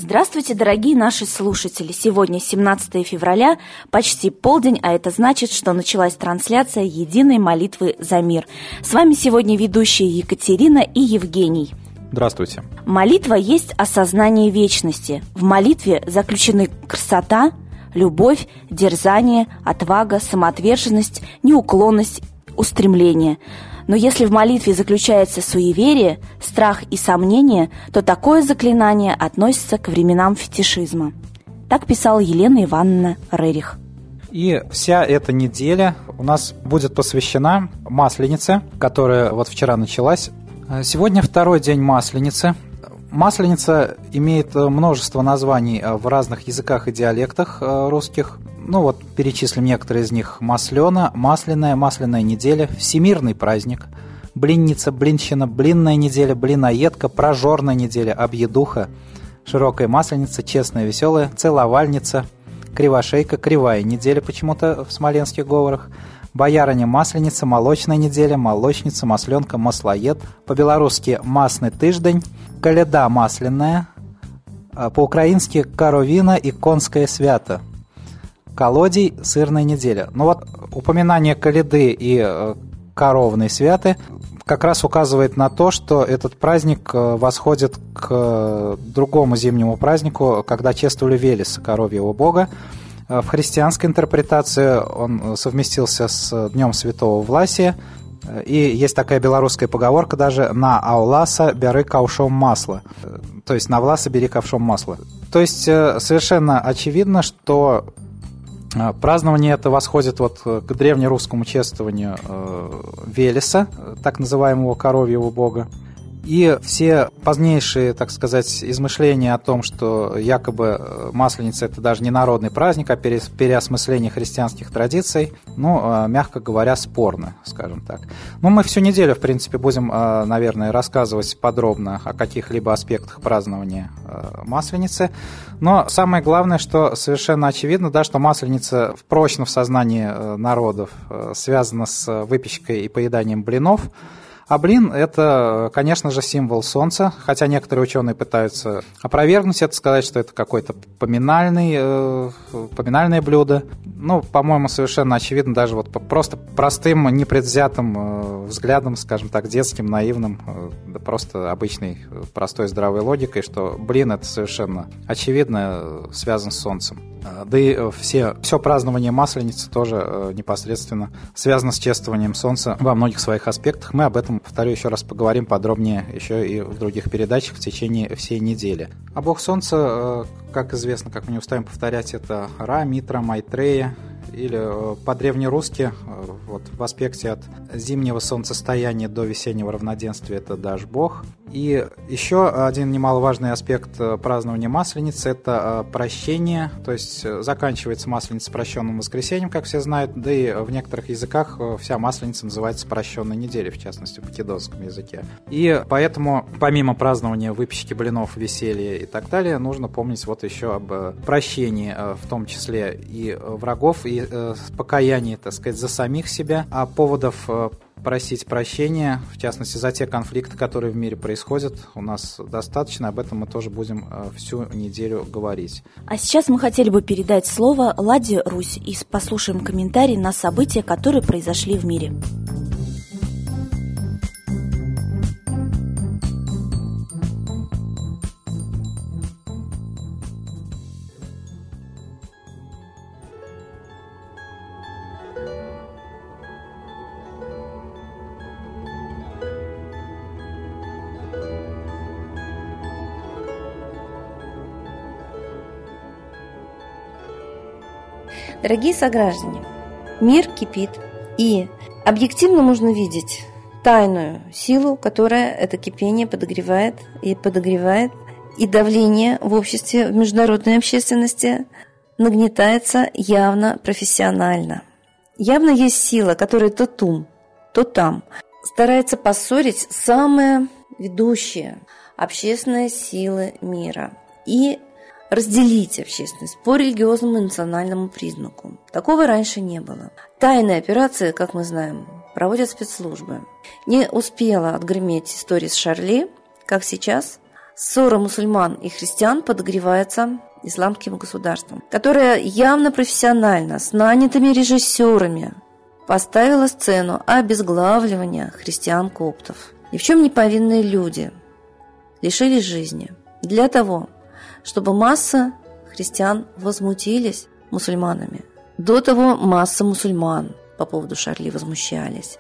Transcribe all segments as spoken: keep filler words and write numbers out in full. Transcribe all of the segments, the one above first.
Здравствуйте, дорогие наши слушатели! Сегодня семнадцатое февраля, почти полдень, а это значит, что началась трансляция единой молитвы за мир. С вами сегодня ведущие Екатерина и Евгений. Здравствуйте. Молитва есть осознание вечности. В молитве заключены красота, любовь, дерзание, отвага, самоотверженность, неуклонность, устремление. Но если в молитве заключается суеверие, страх и сомнение, то такое заклинание относится к временам фетишизма. Так писала Елена Ивановна Рерих. И вся эта неделя у нас будет посвящена Масленице, которая вот вчера началась. Сегодня второй день Масленицы. Масленица имеет множество названий в разных языках и диалектах русских. Ну вот, перечислим некоторые из них. Маслена, масляная, масляная неделя, всемирный праздник, блинница, блинщина, блинная неделя, блиноедка, прожорная неделя, объедуха, широкая масленица, честная, веселая, целовальница, кривошейка, кривая неделя почему-то в смоленских говорах, боярыня масленица, молочная неделя, молочница, масленка, маслоед, по-белорусски масный тыждень, коляда масляная, по-украински коровина и конское свято, колодий, сырная неделя. Ну вот упоминание коляды и коровной святы как раз указывает на то, что этот праздник восходит к другому зимнему празднику, когда чествовали Велеса, коровьего бога. В христианской интерпретации он совместился с Днем Святого Власия. И есть такая белорусская поговорка даже «на ауласа бяры ковшом масла», то есть «на власа бери ковшом масла». То есть совершенно очевидно, что празднование это восходит вот к древнерусскому чествованию Велеса, так называемого коровьего бога. И все позднейшие, так сказать, измышления о том, что якобы Масленица – это даже не народный праздник, а переосмысление христианских традиций, ну, мягко говоря, спорно, скажем так. Ну, мы всю неделю, в принципе, будем, наверное, рассказывать подробно о каких-либо аспектах празднования Масленицы. Но самое главное, что совершенно очевидно, да, что Масленица прочно в сознании народов связана с выпечкой и поеданием блинов. А блин – это, конечно же, символ солнца, хотя некоторые ученые пытаются опровергнуть это, сказать, что это какое-то поминальный, э, поминальное блюдо. Ну, по-моему, совершенно очевидно, даже вот просто простым, непредвзятым э, взглядом, скажем так, детским, наивным, э, да просто обычной, простой, здравой логикой, что блин – это совершенно очевидно э, связан с солнцем. Да и все, все празднование Масленицы тоже э, непосредственно связано с чествованием солнца во многих своих аспектах. Мы об этом, повторю еще раз, поговорим подробнее еще и в других передачах в течение всей недели. А бог солнца, э, как известно, как мы не устаем повторять, это Ра, Митра, Майтрея, или э, по-древнерусски, э, вот, в аспекте от зимнего солнцестояния до весеннего равноденствия это Дашбог. И еще один немаловажный аспект празднования Масленицы – это прощение, то есть заканчивается Масленица прощенным воскресеньем, как все знают, да и в некоторых языках вся Масленица называется прощенной неделей, в частности, в македонском языке. И поэтому, помимо празднования выпечки блинов, веселья и так далее, нужно помнить вот еще об прощении, в том числе и врагов, и покаянии, так сказать, за самих себя, а поводов просить прощения, в частности, за те конфликты, которые в мире происходят, у нас достаточно. Об этом мы тоже будем всю неделю говорить. А сейчас мы хотели бы передать слово Ладе Русь и послушаем комментарий на события, которые произошли в мире. Дорогие сограждане, мир кипит, и объективно можно видеть тайную силу, которая это кипение подогревает и подогревает, и давление в обществе, в международной общественности нагнетается явно профессионально. Явно есть сила, которая то тум, то там старается поссорить самые ведущие общественные силы мира и разделить общественность по религиозному и национальному признаку. Такого раньше не было. Тайные операции, как мы знаем, проводят спецслужбы. Не успела отгреметь история с Шарли, как сейчас ссора мусульман и христиан подогревается исламским государством, которое явно профессионально, с нанятыми режиссерами поставило сцену обезглавливания христиан-коптов. Ни в чем не повинные люди лишились жизни для того, чтобы масса христиан возмутились мусульманами. До того масса мусульман по поводу Шарли возмущались.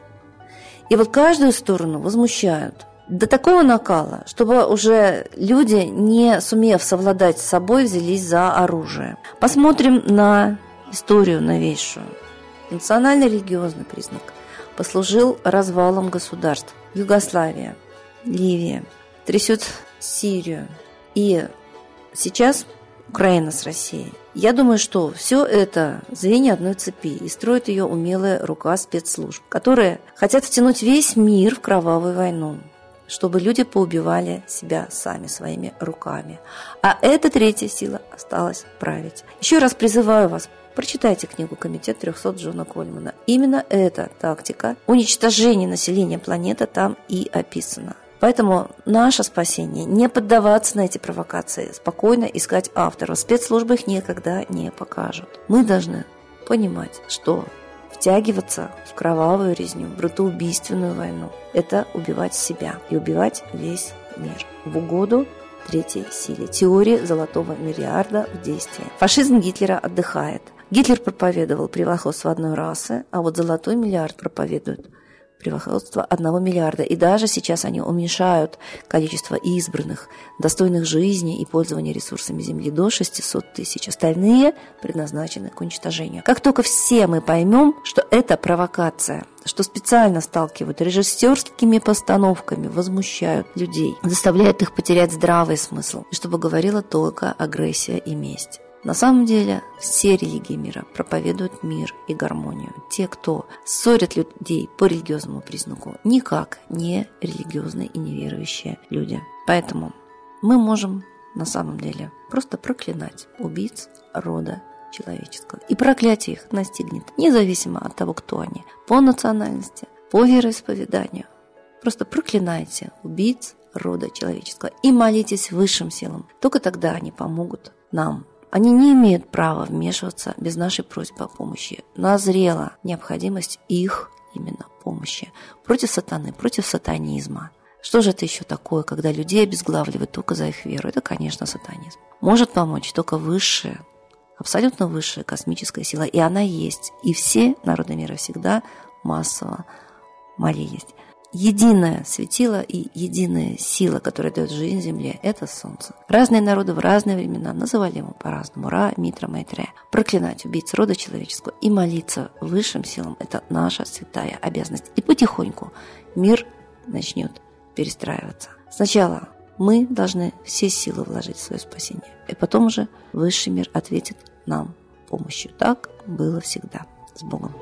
И вот каждую сторону возмущают до такого накала, чтобы уже люди, не сумев совладать с собой, взялись за оружие. Посмотрим на историю новейшую. Национально-религиозный признак послужил развалом государств. Югославия, Ливия, трясет Сирию. И сейчас Украина с Россией. Я думаю, что все это звенья одной цепи, и строит ее умелая рука спецслужб, которые хотят втянуть весь мир в кровавую войну, чтобы люди поубивали себя сами своими руками. А эта третья сила осталась править. Еще раз призываю вас, прочитайте книгу «Комитет трехсот» Джона Кольмана. Именно эта тактика уничтожения населения планеты там и описана. Поэтому наше спасение – не поддаваться на эти провокации, спокойно искать авторов. Спецслужбы их никогда не покажут. Мы должны понимать, что втягиваться в кровавую резню, в братоубийственную войну – это убивать себя и убивать весь мир в угоду третьей силе. Теории золотого миллиарда в действии. Фашизм Гитлера отдыхает. Гитлер проповедовал превосходство одной расы, а вот золотой миллиард проповедует превосходство одного миллиарда. И даже сейчас они уменьшают количество избранных, достойных жизни и пользования ресурсами Земли до шестисот тысяч. Остальные предназначены к уничтожению. Как только все мы поймем, что это провокация, что специально сталкивают режиссерскими постановками, возмущают людей, заставляют их потерять здравый смысл, и чтобы говорила только агрессия и месть. На самом деле все религии мира проповедуют мир и гармонию. Те, кто ссорят людей по религиозному признаку, никак не религиозные и неверующие люди. Поэтому мы можем на самом деле просто проклинать убийц рода человеческого. И проклятие их настигнет, независимо от того, кто они, по национальности, по вероисповеданию. Просто проклинайте убийц рода человеческого и молитесь высшим силам. Только тогда они помогут нам. Они не имеют права вмешиваться без нашей просьбы о помощи. Назрела необходимость их именно помощи против сатаны, против сатанизма. Что же это еще такое, когда людей обезглавливают только за их веру? Это, конечно, сатанизм. Может помочь только высшая, абсолютно высшая космическая сила, и она есть. И все народы мира всегда массово молились. Единое светило и единая сила, которая дает жизнь Земле, это Солнце. Разные народы в разные времена называли его по-разному. Ра, Митра, Майтрея. Проклинать убийц рода человеческого и молиться высшим силам – это наша святая обязанность. И потихоньку мир начнет перестраиваться. Сначала мы должны все силы вложить в свое спасение, и потом уже высший мир ответит нам помощью. Так было всегда. С Богом.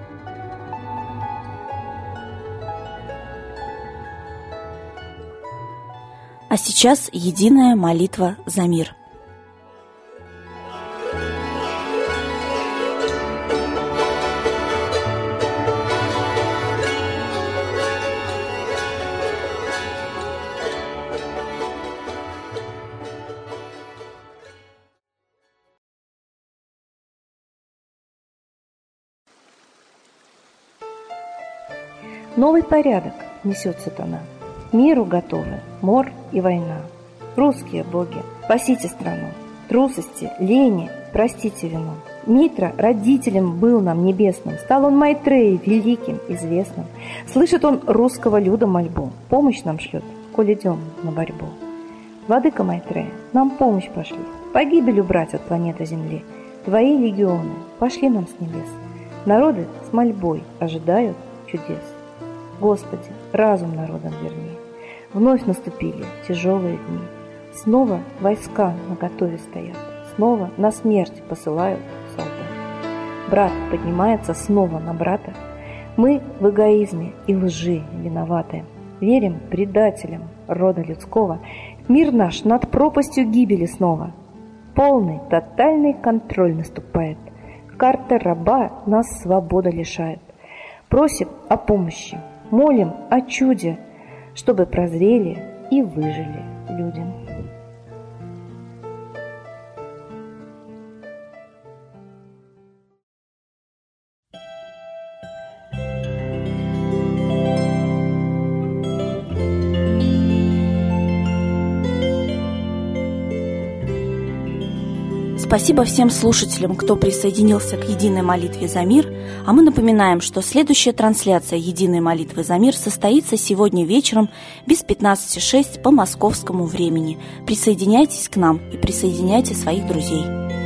А сейчас единая молитва за мир. Новый порядок несет сатана. Миру готовы мор и война. Русские боги, спасите страну. Трусости, лени, простите вину. Митра родителем был нам небесным, стал он Майтреей великим, известным. Слышит он русского люда мольбу, помощь нам шлет, коль идем на борьбу. Владыка Майтрея, нам помощь пошли, погибель убрать от планеты Земли. Твои легионы пошли нам с небес. Народы с мольбой ожидают чудес. Господи, разум народам верни. Вновь наступили тяжелые дни. Снова войска наготове стоят. Снова на смерть посылают солдат. Брат поднимается снова на брата. Мы в эгоизме и лжи виноваты. Верим предателям рода людского. Мир наш над пропастью гибели снова. Полный, тотальный контроль наступает. Карта раба нас свобода лишает. Просим о помощи. Молим о чуде, чтобы прозрели и выжили людям. Спасибо всем слушателям, кто присоединился к единой молитве за мир. А мы напоминаем, что следующая трансляция единой молитвы за мир состоится сегодня вечером без пятнадцати шесть по московскому времени. Присоединяйтесь к нам и присоединяйте своих друзей.